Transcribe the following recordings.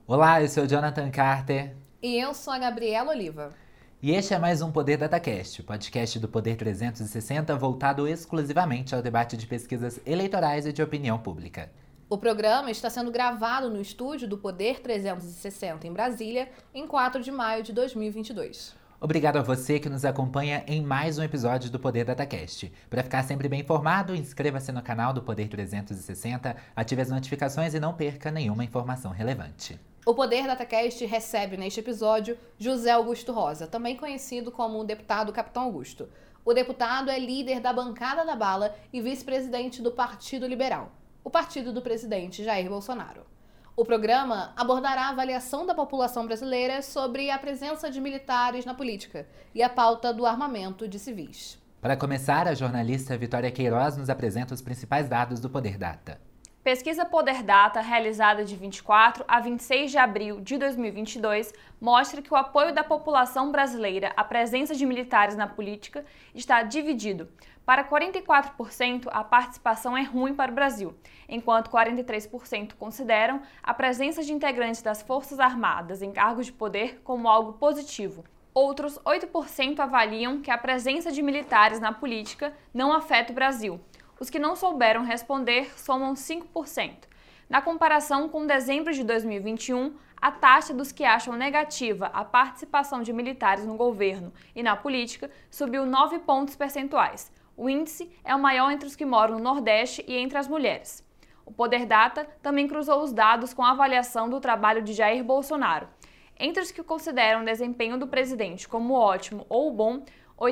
Olá, eu sou o Jonathan Carter. E eu sou a Gabriela Oliva. E este é mais um Poder DataCast, o podcast do Poder 360 voltado exclusivamente ao debate de pesquisas eleitorais e de opinião pública. O programa está sendo gravado no estúdio do Poder 360 em Brasília, em 4 de maio de 2022. Obrigado a você que nos acompanha em mais um episódio do Poder DataCast. Para ficar sempre bem informado, inscreva-se no canal do Poder 360, ative as notificações e não perca nenhuma informação relevante. O Poder DataCast recebe neste episódio José Augusto Rosa, também conhecido como o deputado Capitão Augusto. O deputado é líder da bancada da bala e vice-presidente do Partido Liberal, o partido do presidente Jair Bolsonaro. O programa abordará a avaliação da população brasileira sobre a presença de militares na política e a pauta do armamento de civis. Para começar, a jornalista Vitória Queiroz nos apresenta os principais dados do Poder Data. Pesquisa Poder Data, realizada de 24 a 26 de abril de 2022, mostra que o apoio da população brasileira à presença de militares na política está dividido. Para 44%, a participação é ruim para o Brasil, enquanto 43% consideram a presença de integrantes das Forças Armadas em cargos de poder como algo positivo. Outros 8% avaliam que a presença de militares na política não afeta o Brasil. Os que não souberam responder somam 5%. Na comparação com dezembro de 2021, a taxa dos que acham negativa a participação de militares no governo e na política subiu 9 pontos percentuais. O índice é o maior entre os que moram no Nordeste e entre as mulheres. O Poder Data também cruzou os dados com a avaliação do trabalho de Jair Bolsonaro. Entre os que consideram o desempenho do presidente como ótimo ou bom,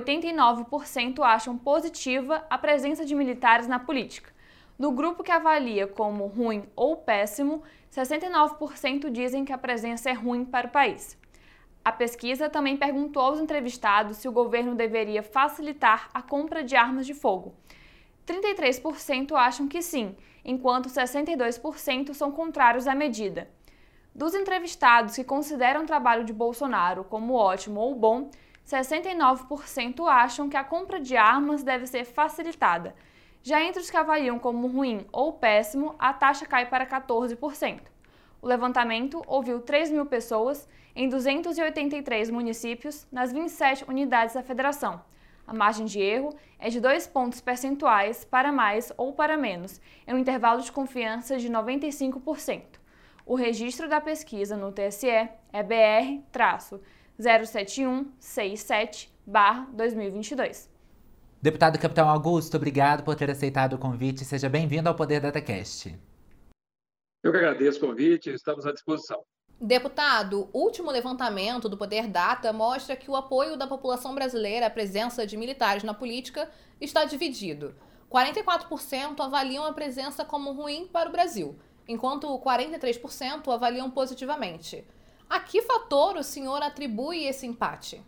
89% acham positiva a presença de militares na política. No grupo que avalia como ruim ou péssimo, 69% dizem que a presença é ruim para o país. A pesquisa também perguntou aos entrevistados se o governo deveria facilitar a compra de armas de fogo. 33% acham que sim, enquanto 62% são contrários à medida. Dos entrevistados que consideram o trabalho de Bolsonaro como ótimo ou bom, 69% acham que a compra de armas deve ser facilitada. Já entre os que avaliam como ruim ou péssimo, a taxa cai para 14%. O levantamento ouviu 3.000 pessoas em 283 municípios nas 27 unidades da federação. A margem de erro é de 2 pontos percentuais para mais ou para menos, em um intervalo de confiança de 95%. O registro da pesquisa no TSE é BR-07167/2022. Deputado Capitão Augusto, obrigado por ter aceitado o convite. Seja bem-vindo ao Poder DataCast. Eu que agradeço o convite, estamos à disposição. Deputado, o último levantamento do Poder Data mostra que o apoio da população brasileira à presença de militares na política está dividido. 44% avaliam a presença como ruim para o Brasil, enquanto 43% avaliam positivamente. A que fator o senhor atribui esse empate?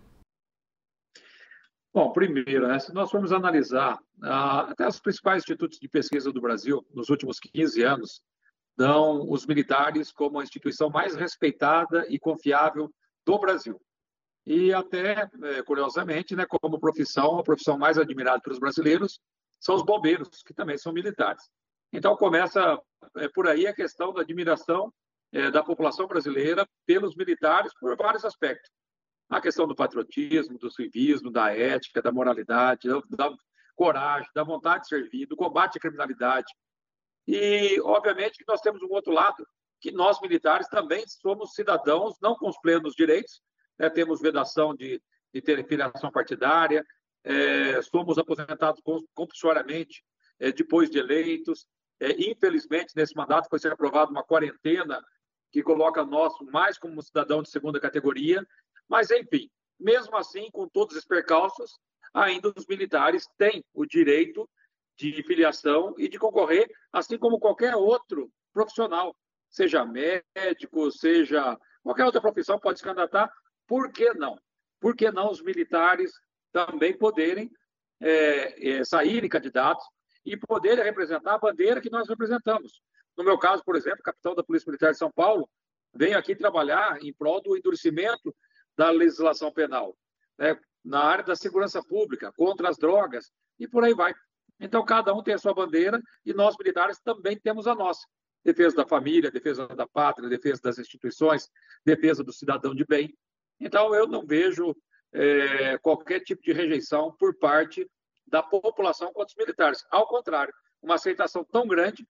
Bom, primeiro, se nós formos analisar, até os principais institutos de pesquisa do Brasil, nos últimos 15 anos, dão os militares como a instituição mais respeitada e confiável do Brasil. E até, curiosamente, como profissão, a profissão mais admirada pelos brasileiros são os bombeiros, que também são militares. Então, começa por aí a questão da admiração da população brasileira pelos militares por vários aspectos. A questão do patriotismo, do civismo, da ética, da moralidade, da coragem, da vontade de servir, do combate à criminalidade. E, obviamente, que nós temos um outro lado, que nós militares também somos cidadãos, não com os plenos direitos, temos vedação de ter filiação partidária, somos aposentados compulsoriamente depois de eleitos. Infelizmente, nesse mandato foi ser aprovada uma quarentena que coloca nós mais como cidadão de segunda categoria, mas, enfim, mesmo assim, com todos os percalços, ainda os militares têm o direito de filiação e de concorrer, assim como qualquer outro profissional, seja médico, seja qualquer outra profissão pode se candidatar. Por que não? Por que não os militares também poderem saírem candidatos e poderem representar a bandeira que nós representamos? No meu caso, por exemplo, capitão da Polícia Militar de São Paulo, venho aqui trabalhar em prol do endurecimento da legislação penal, na área da segurança pública, contra as drogas, e por aí vai. Então, cada um tem a sua bandeira e nós, militares, também temos a nossa. defesa da família, defesa da pátria, defesa das instituições, defesa do cidadão de bem. Então, eu não vejo qualquer tipo de rejeição por parte da população contra os militares. Ao contrário, uma aceitação tão grande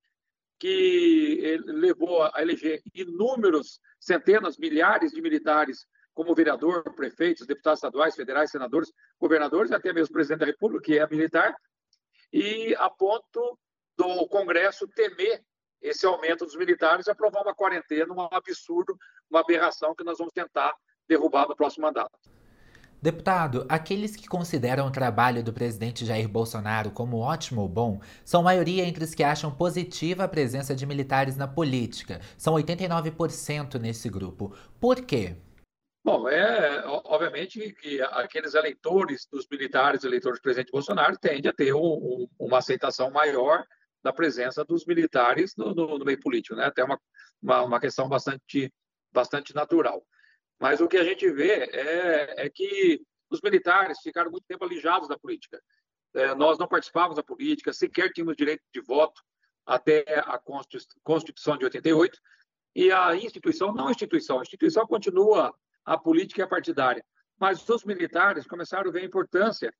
que levou a eleger inúmeros, centenas, milhares de militares como vereador, prefeitos, deputados estaduais, federais, senadores, governadores, até mesmo o presidente da República, que é militar, e a ponto do Congresso temer esse aumento dos militares e aprovar uma quarentena, um absurdo, uma aberração que nós vamos tentar derrubar no próximo mandato. Deputado, aqueles que consideram o trabalho do presidente Jair Bolsonaro como ótimo ou bom são maioria entre os que acham positiva a presença de militares na política. São 89% nesse grupo. Por quê? Bom, obviamente que aqueles eleitores dos militares, eleitores do presidente Bolsonaro, tendem a ter uma aceitação maior da presença dos militares no meio político, né? Até uma questão bastante natural. Mas o que a gente vê é que os militares ficaram muito tempo alijados da política. Nós não participávamos da política, sequer tínhamos direito de voto até a Constituição de 88, e a instituição continua a política e a partidária. Mas os militares começaram a ver a importância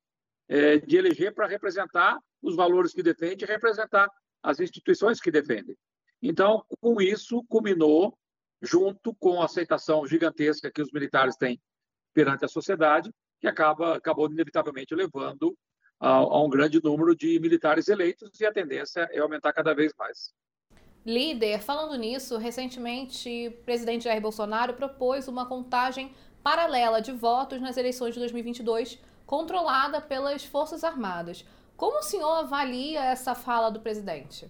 de eleger para representar os valores que defendem e representar as instituições que defendem. Então, com isso, culminou, junto com a aceitação gigantesca que os militares têm perante a sociedade, que acabou inevitavelmente levando a um grande número de militares eleitos, e a tendência é aumentar cada vez mais. Líder, falando nisso, recentemente o presidente Jair Bolsonaro propôs uma contagem paralela de votos nas eleições de 2022, controlada pelas Forças Armadas. Como o senhor avalia essa fala do presidente?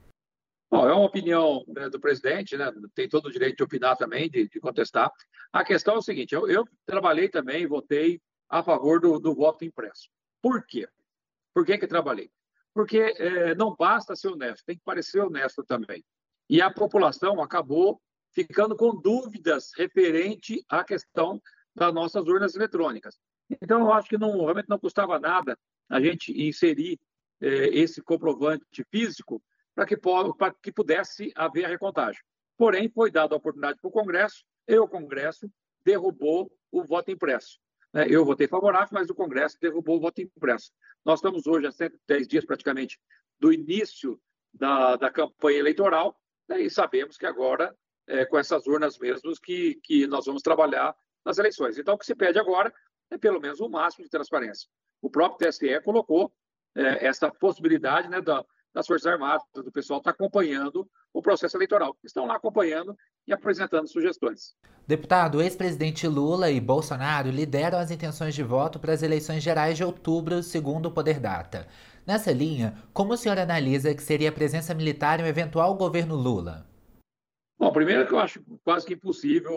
Bom, é uma opinião, né, do presidente, né? Tem todo o direito de opinar também, de contestar. A questão é o seguinte, eu trabalhei também e votei a favor do voto impresso. Por quê? Por que trabalhei? Porque não basta ser honesto, tem que parecer honesto também. E a população acabou ficando com dúvidas referente à questão das nossas urnas eletrônicas. Então, eu acho que realmente não custava nada a gente inserir esse comprovante físico para que pudesse haver a recontagem. Porém, foi dada a oportunidade para o Congresso, e o Congresso derrubou o voto impresso. Eu votei favorável, mas o Congresso derrubou o voto impresso. Nós estamos hoje, há 110 dias praticamente, do início da campanha eleitoral, né, e sabemos que agora, com essas urnas mesmos, que nós vamos trabalhar nas eleições. Então, o que se pede agora é pelo menos o máximo de transparência. O próprio TSE colocou essa possibilidade, né, das Forças Armadas, do pessoal estar acompanhando o processo eleitoral. Estão lá acompanhando e apresentando sugestões. Deputado, o ex-presidente Lula e Bolsonaro lideram as intenções de voto para as eleições gerais de outubro, segundo o Poder Data. Nessa linha, como o senhor analisa que seria a presença militar em um eventual governo Lula? Bom, primeiro que eu acho quase que impossível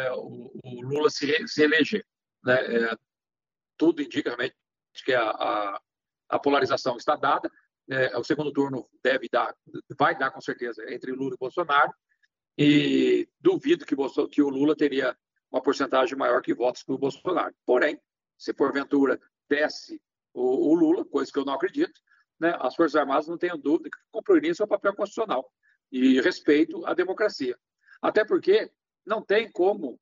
o Lula se eleger, né? Tudo indica realmente que a polarização está dada. O segundo turno vai dar com certeza entre Lula e Bolsonaro, e duvido que o Lula teria uma porcentagem maior que votos que o Bolsonaro. Porém, se porventura desce o Lula, coisa que eu não acredito, né, as Forças Armadas não tenham dúvida que cumpririam seu papel constitucional e respeito à democracia. Até porque não tem como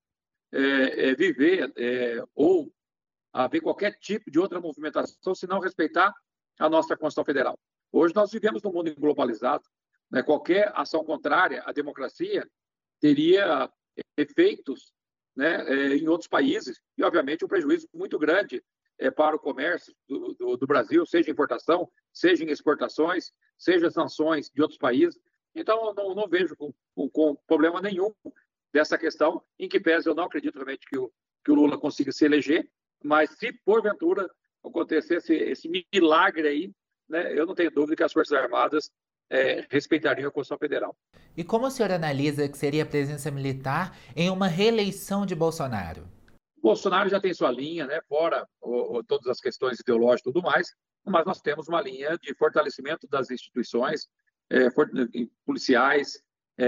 viver ou haver qualquer tipo de outra movimentação se não respeitar a nossa Constituição Federal. Hoje nós vivemos num mundo globalizado, né? Qualquer ação contrária à democracia teria efeitos, né, em outros países e, obviamente, um prejuízo muito grande para o comércio do Brasil, seja importação, seja em exportações, seja sanções de outros países. Então, eu não vejo com problema nenhum dessa questão, em que pese eu não acredito realmente que o Lula consiga se eleger, mas se porventura acontecesse esse milagre aí, né, eu não tenho dúvida que as Forças Armadas respeitariam a Constituição Federal. E como o senhor analisa que seria a presença militar em uma reeleição de Bolsonaro? Bolsonaro já tem sua linha, né, fora todas as questões ideológicas e tudo mais, mas nós temos uma linha de fortalecimento das instituições policiais,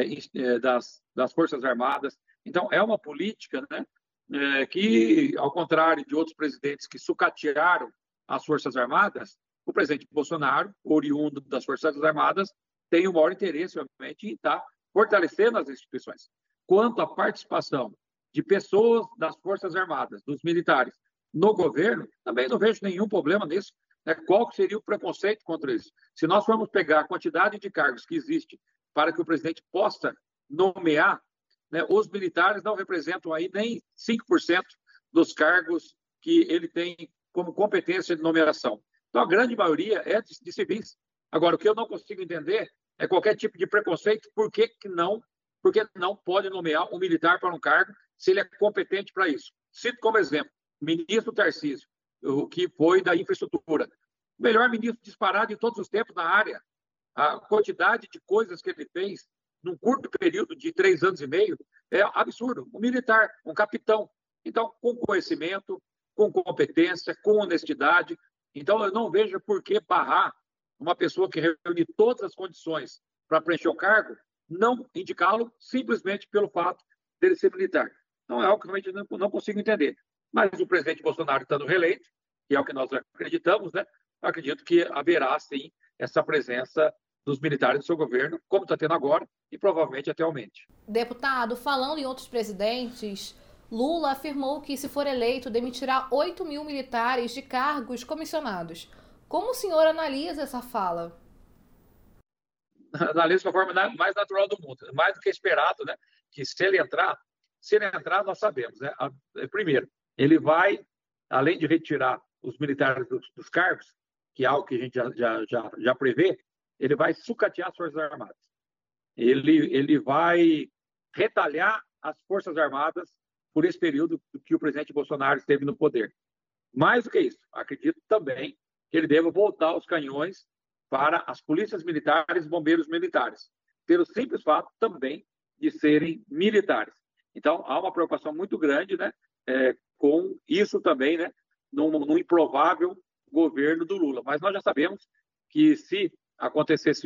das Forças Armadas. Então, é uma política, né, que, ao contrário de outros presidentes que sucatearam as Forças Armadas, o presidente Bolsonaro, oriundo das Forças Armadas, tem o maior interesse, obviamente, em estar fortalecendo as instituições. Quanto à participação de pessoas das Forças Armadas, dos militares, no governo, também não vejo nenhum problema nisso. Né? Qual seria o preconceito contra isso? Se nós formos pegar a quantidade de cargos que existe para que o presidente possa nomear, né, os militares não representam aí nem 5% dos cargos que ele tem como competência de nomeação. Então, a grande maioria é de civis. Agora, o que eu não consigo entender é qualquer tipo de preconceito, porque não pode nomear um militar para um cargo se ele é competente para isso. Cito como exemplo, o ministro Tarcísio, o que foi da infraestrutura. O melhor ministro disparado em todos os tempos na área. A quantidade de coisas que ele fez num curto período de 3 anos e meio é absurdo. Um militar, um capitão. Então, com conhecimento, com competência, com honestidade. Então, eu não vejo por que barrar uma pessoa que reúne todas as condições para preencher o cargo, não indicá-lo simplesmente pelo fato dele ser militar. Então, é algo que realmente não consigo entender. Mas o presidente Bolsonaro estando reeleito, que é o que nós acreditamos, né? Eu acredito que haverá, sim, essa presença dos militares do seu governo, como está tendo agora, e provavelmente até aumente. Deputado, falando em outros presidentes, Lula afirmou que, se for eleito, demitirá 8 mil militares de cargos comissionados. Como o senhor analisa essa fala? Analiso de uma forma mais natural do mundo, mais do que esperado, né? Que se ele entrar, nós sabemos, né? Primeiro, ele vai, além de retirar os militares dos cargos, que é algo que a gente já prevê, ele vai sucatear as Forças Armadas. Ele vai retalhar as Forças Armadas por esse período que o presidente Bolsonaro esteve no poder. Mais do que isso, acredito também que ele deva voltar os canhões para as polícias militares e bombeiros militares, pelo simples fato também de serem militares. Então, há uma preocupação muito grande, né, com isso também, né, num improvável governo do Lula. Mas nós já sabemos que, se acontecesse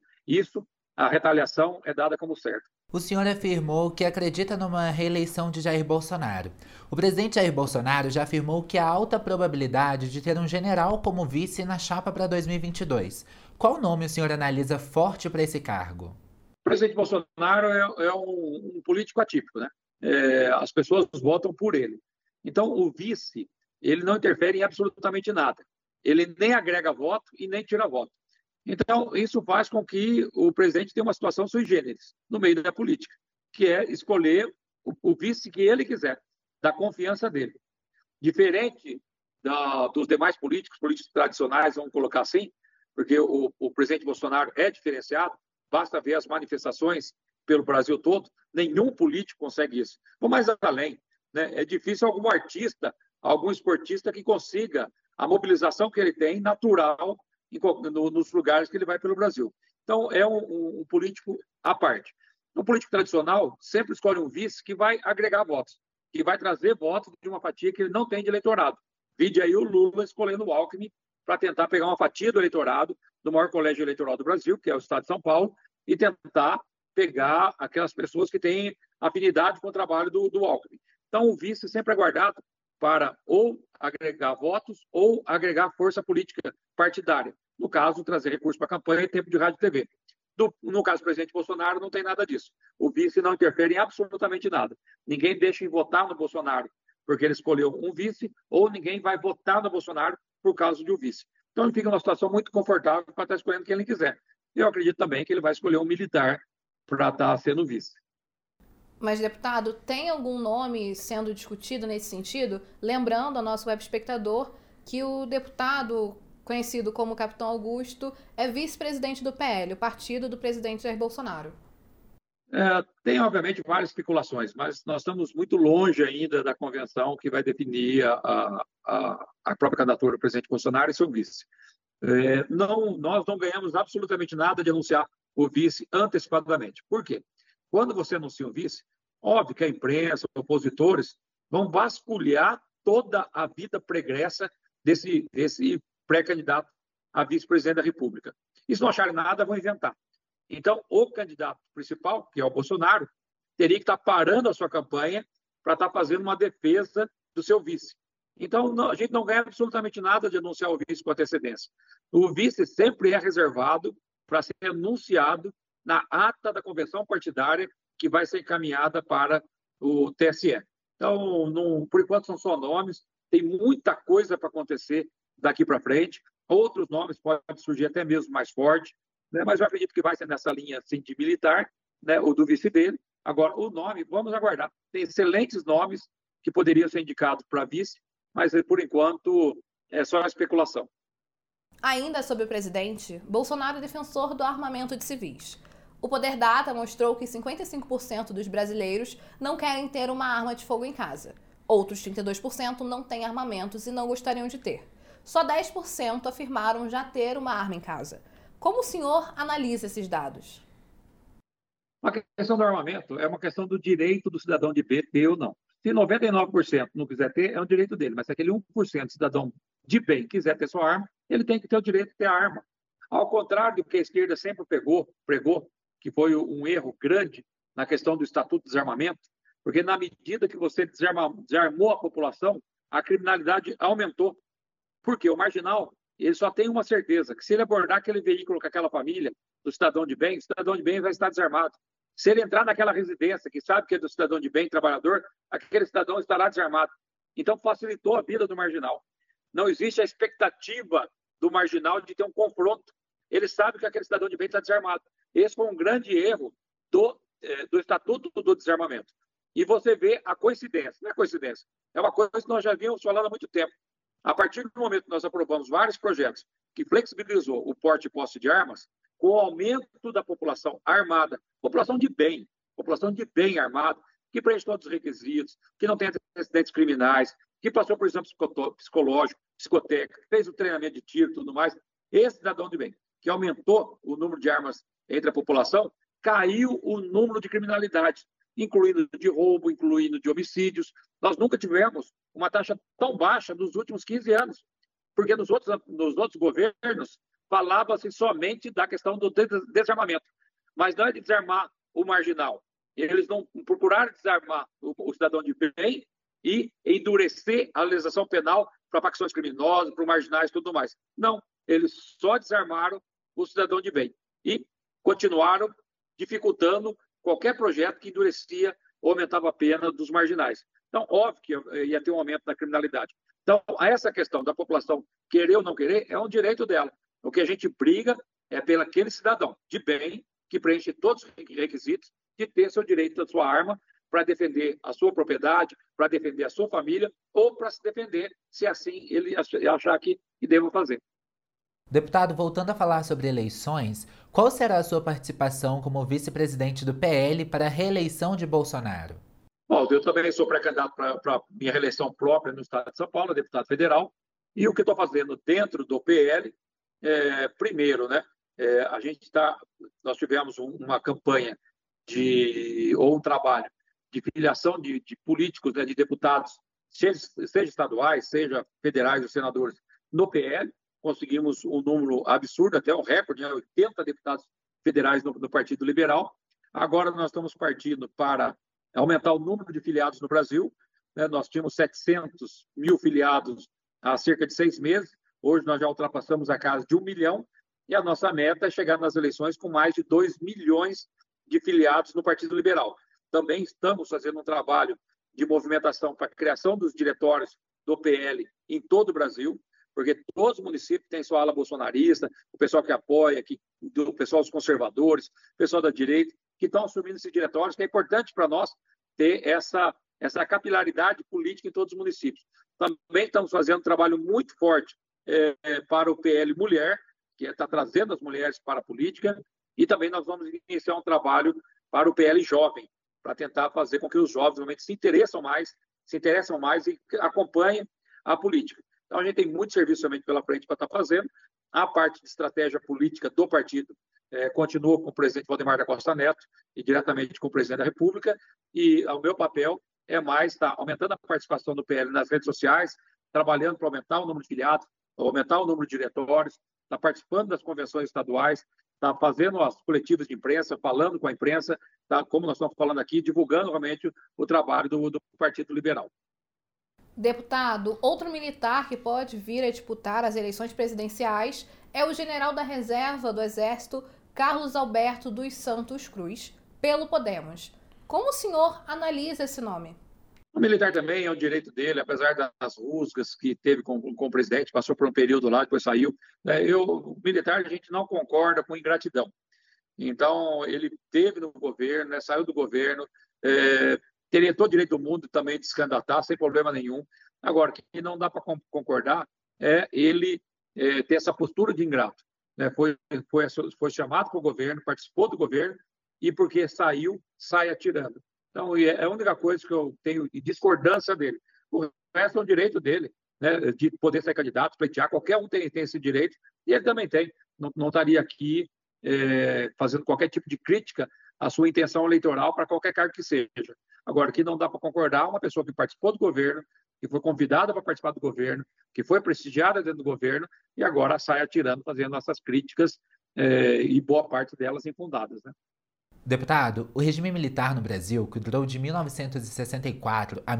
isso, a retaliação é dada como certa. O senhor afirmou que acredita numa reeleição de Jair Bolsonaro. O presidente Jair Bolsonaro já afirmou que há alta probabilidade de ter um general como vice na chapa para 2022. Qual nome o senhor analisa forte para esse cargo? O presidente Bolsonaro é um político atípico, né? As pessoas votam por ele. Então, o vice, ele não interfere em absolutamente nada. Ele nem agrega voto e nem tira voto. Então, isso faz com que o presidente tenha uma situação sui generis no meio da política, que é escolher o vice que ele quiser, da confiança dele. Diferente dos demais políticos tradicionais, vamos colocar assim, porque o presidente Bolsonaro é diferenciado, basta ver as manifestações pelo Brasil todo, nenhum político consegue isso. Vou mais além, né? É difícil algum artista, algum esportista que consiga a mobilização que ele tem natural nos lugares que ele vai pelo Brasil. Então, é um político à parte. Um político tradicional sempre escolhe um vice que vai agregar votos, que vai trazer votos de uma fatia que ele não tem de eleitorado. Vide aí o Lula escolhendo o Alckmin para tentar pegar uma fatia do eleitorado do maior colégio eleitoral do Brasil, que é o Estado de São Paulo, e tentar pegar aquelas pessoas que têm afinidade com o trabalho do Alckmin. Então, o vice sempre é guardado para ou agregar votos ou agregar força política partidária. No caso, trazer recursos para a campanha e tempo de rádio e TV. No caso do presidente Bolsonaro, não tem nada disso. O vice não interfere em absolutamente nada. Ninguém deixa em votar no Bolsonaro porque ele escolheu um vice, ou ninguém vai votar no Bolsonaro por causa de um vice. Então, ele fica numa situação muito confortável para estar escolhendo quem ele quiser. Eu acredito também que ele vai escolher um militar para estar sendo vice. Mas, deputado, tem algum nome sendo discutido nesse sentido? Lembrando ao nosso web espectador que o deputado, conhecido como Capitão Augusto, é vice-presidente do PL, o partido do presidente Jair Bolsonaro. Tem, obviamente, várias especulações, mas nós estamos muito longe ainda da convenção que vai definir a própria candidatura do presidente Bolsonaro e seu vice. Nós não ganhamos absolutamente nada de anunciar o vice antecipadamente. Por quê? Quando você anuncia um vice, óbvio que a imprensa, os opositores, vão vasculhar toda a vida pregressa desse pré-candidato a vice-presidente da República. E se não acharem nada, vão inventar. Então, o candidato principal, que é o Bolsonaro, teria que estar parando a sua campanha para estar fazendo uma defesa do seu vice. Então, a gente não ganha absolutamente nada de anunciar o vice com antecedência. O vice sempre é reservado para ser anunciado na ata da convenção partidária que vai ser encaminhada para o TSE. Então, por enquanto, são só nomes, tem muita coisa para acontecer daqui para frente, outros nomes podem surgir até mesmo mais forte, né? Mas eu acredito que vai ser nessa linha assim, de militar, né? O do vice dele. Agora, o nome, vamos aguardar. Tem excelentes nomes que poderiam ser indicados para vice, mas, por enquanto, é só especulação. Ainda sobre o presidente, Bolsonaro é defensor do armamento de civis. O Poder Data mostrou que 55% dos brasileiros não querem ter uma arma de fogo em casa. Outros 32% não têm armamentos e não gostariam de ter. Só 10% afirmaram já ter uma arma em casa. Como o senhor analisa esses dados? A questão do armamento é uma questão do direito do cidadão de ter ou não. Se 99% não quiser ter, é um direito dele. Mas se aquele 1% de cidadão de bem quiser ter sua arma, ele tem que ter o direito de ter a arma. Ao contrário do que a esquerda sempre pregou, que foi um erro grande na questão do Estatuto de Desarmamento, porque na medida que você desarmou a população, a criminalidade aumentou. Porque o marginal, ele só tem uma certeza, que se ele abordar aquele veículo com aquela família do cidadão de bem, o cidadão de bem vai estar desarmado. Se ele entrar naquela residência que sabe que é do cidadão de bem, trabalhador, aquele cidadão estará desarmado. Então, facilitou a vida do marginal. Não existe a expectativa do marginal de ter um confronto. Ele sabe que aquele cidadão de bem está desarmado. Esse foi um grande erro do Estatuto do Desarmamento. E você vê a coincidência. Não é coincidência. É uma coisa que nós já vimos falando há muito tempo. A partir do momento que nós aprovamos vários projetos que flexibilizou o porte e posse de armas, com o aumento da população armada, população de bem armada, que preenche todos os requisitos, que não tem antecedentes criminais, que passou por exame psicológico, psicotécnico, que fez o treinamento de tiro e tudo mais, esse cidadão de bem, que aumentou o número de armas entre a população, caiu o número de criminalidade, incluindo de roubo, incluindo de homicídios. Nós nunca tivemos uma taxa tão baixa nos últimos 15 anos, porque nos outros governos falava-se somente da questão do desarmamento, mas não é de desarmar o marginal. Eles não procuraram desarmar o cidadão de bem e endurecer a legislação penal para facções criminosas, para marginais e tudo mais. Não, eles só desarmaram o cidadão de bem e continuaram dificultando qualquer projeto que endurecia ou aumentava a pena dos marginais. Então, óbvio que ia ter um aumento da criminalidade. Então, essa questão da população querer ou não querer é um direito dela. O que a gente briga é pelo aquele cidadão de bem que preenche todos os requisitos de ter seu direito da sua arma para defender a sua propriedade, para defender a sua família ou para se defender se assim ele achar que deva fazer. Deputado, voltando a falar sobre eleições, qual será a sua participação como vice-presidente do PL para a reeleição de Bolsonaro? Bom, eu também sou pré-candidato para minha reeleição própria no estado de São Paulo, deputado federal, e o que estou fazendo dentro do PL, primeiro, né, nós tivemos uma campanha ou um trabalho de filiação de políticos, né, de deputados, seja estaduais, seja federais ou senadores, no PL. Conseguimos um número absurdo, até um recorde, né, 80 deputados federais no Partido Liberal. Agora nós estamos partindo para aumentar o número de filiados no Brasil, né? Nós tínhamos 700 mil filiados há cerca de 6 meses, hoje nós já ultrapassamos a casa de 1 milhão, e a nossa meta é chegar nas eleições com mais de 2 milhões de filiados no Partido Liberal. Também estamos fazendo um trabalho de movimentação para a criação dos diretórios do PL em todo o Brasil, porque todos os municípios têm sua ala bolsonarista, o pessoal que apoia, o pessoal dos conservadores, o pessoal da direita, que estão assumindo esses diretórios, que é importante para nós ter essa capilaridade política em todos os municípios. Também estamos fazendo um trabalho muito forte para o PL Mulher, que está trazendo as mulheres para a política, e também nós vamos iniciar um trabalho para o PL Jovem, para tentar fazer com que os jovens realmente se interessem mais e acompanhem a política. Então, a gente tem muito serviço realmente pela frente para estar fazendo. A parte de estratégia política do partido continua com o presidente Valdemar da Costa Neto e diretamente com o presidente da República. E o meu papel é mais estar aumentando a participação do PL nas redes sociais, trabalhando para aumentar o número de filiados, aumentar o número de diretórios, estar participando das convenções estaduais, estar fazendo as coletivas de imprensa, falando com a imprensa, como nós estamos falando aqui, divulgando realmente o trabalho do Partido Liberal. Deputado, outro militar que pode vir a disputar as eleições presidenciais é o general da reserva do Exército, Carlos Alberto dos Santos Cruz, pelo Podemos. Como o senhor analisa esse nome? O militar também é o direito dele, apesar das rusgas que teve com o presidente, passou por um período lá, depois saiu. O militar, a gente não concorda com ingratidão. Então, ele teve no governo, né, saiu do governo, teria todo o direito do mundo também de se candidatar, sem problema nenhum. Agora, o que não dá para concordar é ele ter essa postura de ingrato. Né? Foi chamado para o governo, participou do governo, e porque saiu, sai atirando. Então, é a única coisa que eu tenho de discordância dele. O resto é o direito dele, né, de poder ser candidato, pleitear. Qualquer um tem esse direito, e ele também tem. Não estaria aqui fazendo qualquer tipo de crítica à sua intenção eleitoral para qualquer cargo que seja. Agora, que não dá para concordar, uma pessoa que participou do governo, que foi convidada para participar do governo, que foi prestigiada dentro do governo, e agora sai atirando, fazendo essas críticas, e boa parte delas infundadas, né? Deputado, o regime militar no Brasil, que durou de 1964 a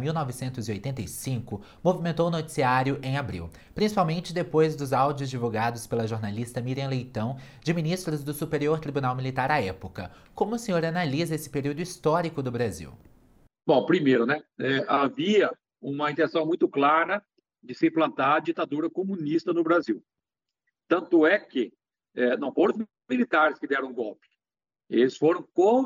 1985, movimentou o noticiário em abril, principalmente depois dos áudios divulgados pela jornalista Miriam Leitão, de ministros do Superior Tribunal Militar à época. Como o senhor analisa esse período histórico do Brasil? Bom, primeiro, né, havia uma intenção muito clara de se implantar a ditadura comunista no Brasil. Tanto é que não foram os militares que deram um golpe. Eles foram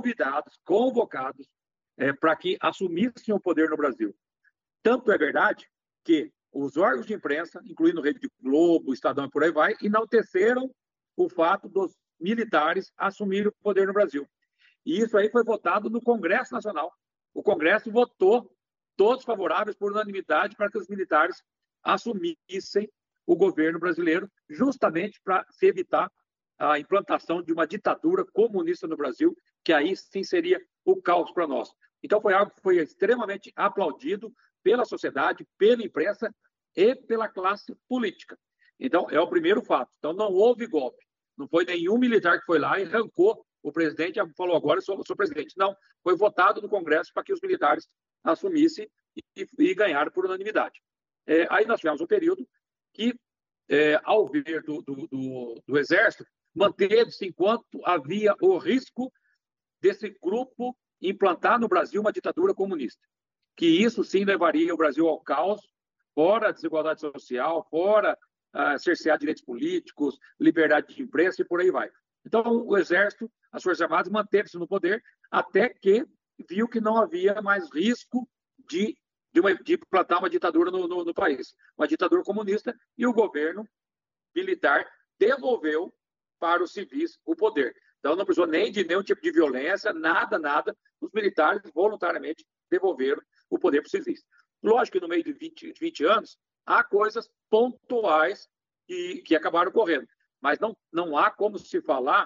convocados para que assumissem o poder no Brasil. Tanto é verdade que os órgãos de imprensa, incluindo Rede Globo, Estadão e por aí vai, enalteceram o fato dos militares assumirem o poder no Brasil. E isso aí foi votado no Congresso Nacional. O Congresso votou, todos favoráveis por unanimidade, para que os militares assumissem o governo brasileiro, justamente para se evitar a implantação de uma ditadura comunista no Brasil, que aí sim seria o caos para nós. Então, foi algo que foi extremamente aplaudido pela sociedade, pela imprensa e pela classe política. Então, é o primeiro fato. Então, não houve golpe. Não foi nenhum militar que foi lá e arrancou o presidente e falou, agora eu sou presidente. Não, foi votado no Congresso para que os militares assumissem e ganharam por unanimidade. Aí nós tivemos um período que, ao ver do Exército, manteve-se enquanto havia o risco desse grupo implantar no Brasil uma ditadura comunista. Que isso sim levaria o Brasil ao caos, fora a desigualdade social, fora cercear direitos políticos, liberdade de imprensa e por aí vai. Então, o Exército, as Forças Armadas, manteve-se no poder até que viu que não havia mais risco de implantar uma ditadura no país, uma ditadura comunista, e o governo militar devolveu para os civis o poder. Então, não precisou nem de nenhum tipo de violência, nada. Os militares voluntariamente devolveram o poder para os civis. Lógico que no meio de 20 anos, há coisas pontuais que acabaram ocorrendo, mas não há como se falar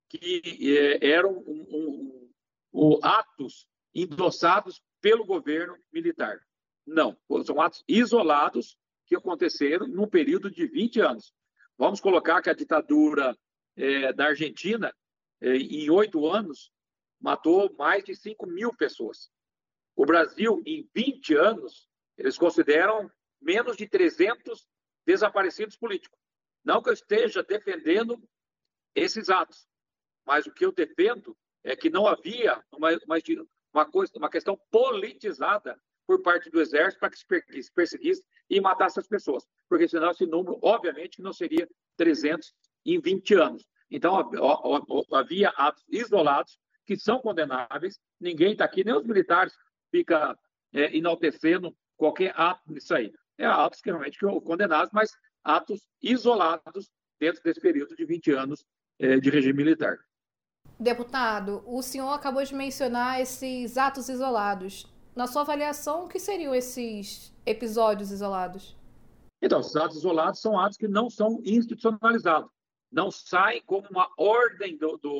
que eram atos endossados pelo governo militar. Não, são atos isolados que aconteceram num período de 20 anos. Vamos colocar que a ditadura da Argentina, em 8 anos, matou mais de 5.000 pessoas. O Brasil, em 20 anos, eles consideram menos de 300 desaparecidos políticos. Não que eu esteja defendendo esses atos, mas o que eu defendo é que não havia uma questão politizada por parte do Exército para que se perseguisse e matasse as pessoas, porque senão esse número, obviamente, não seria 300 em 20 anos. Então, havia atos isolados que são condenáveis, ninguém está aqui, nem os militares ficam enaltecendo qualquer ato disso aí. Atos que realmente condenados, mas atos isolados dentro desse período de 20 anos de regime militar. Deputado, o senhor acabou de mencionar esses atos isolados. Na sua avaliação, o que seriam esses episódios isolados? Então, esses atos isolados são atos que não são institucionalizados. Não saem como uma ordem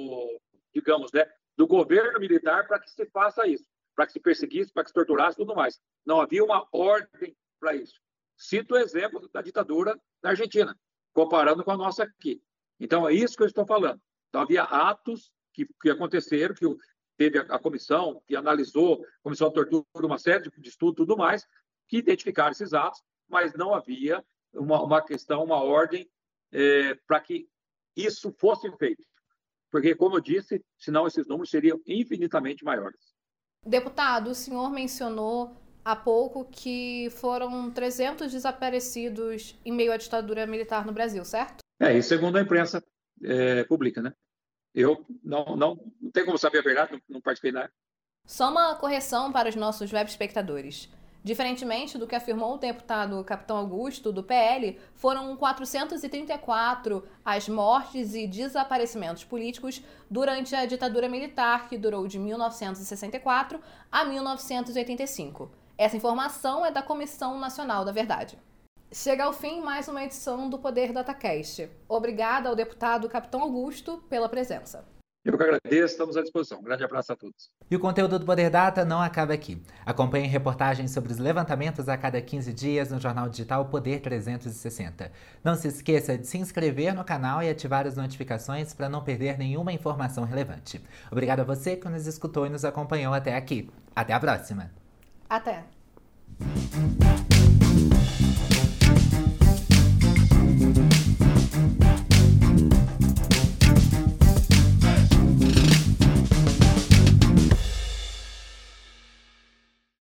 do governo militar para que se faça isso, para que se perseguisse, para que se torturasse e tudo mais. Não havia uma ordem para isso. Cito o exemplo da ditadura da Argentina, comparando com a nossa aqui. Então, é isso que eu estou falando. Então, havia atos que aconteceram, que teve a comissão que analisou, a comissão de tortura, uma série de estudos e tudo mais, que identificaram esses atos, mas não havia uma questão, uma ordem para que isso fosse feito. porque, como eu disse, senão esses números seriam infinitamente maiores. Deputado, o senhor mencionou há pouco que foram 300 desaparecidos em meio à ditadura militar no Brasil, certo? E segundo a imprensa pública, né? Eu não tenho como saber a verdade, não participei da. Só uma correção para os nossos web espectadores. Diferentemente do que afirmou o deputado Capitão Augusto, do PL, foram 434 as mortes e desaparecimentos políticos durante a ditadura militar, que durou de 1964 a 1985. Essa informação é da Comissão Nacional da Verdade. Chega ao fim mais uma edição do Poder DataCast. Obrigada ao deputado Capitão Augusto pela presença. Eu que agradeço, estamos à disposição. Um grande abraço a todos. E o conteúdo do Poder Data não acaba aqui. Acompanhe reportagens sobre os levantamentos a cada 15 dias no jornal digital Poder 360. Não se esqueça de se inscrever no canal e ativar as notificações para não perder nenhuma informação relevante. Obrigado a você que nos escutou e nos acompanhou até aqui. Até a próxima! Até!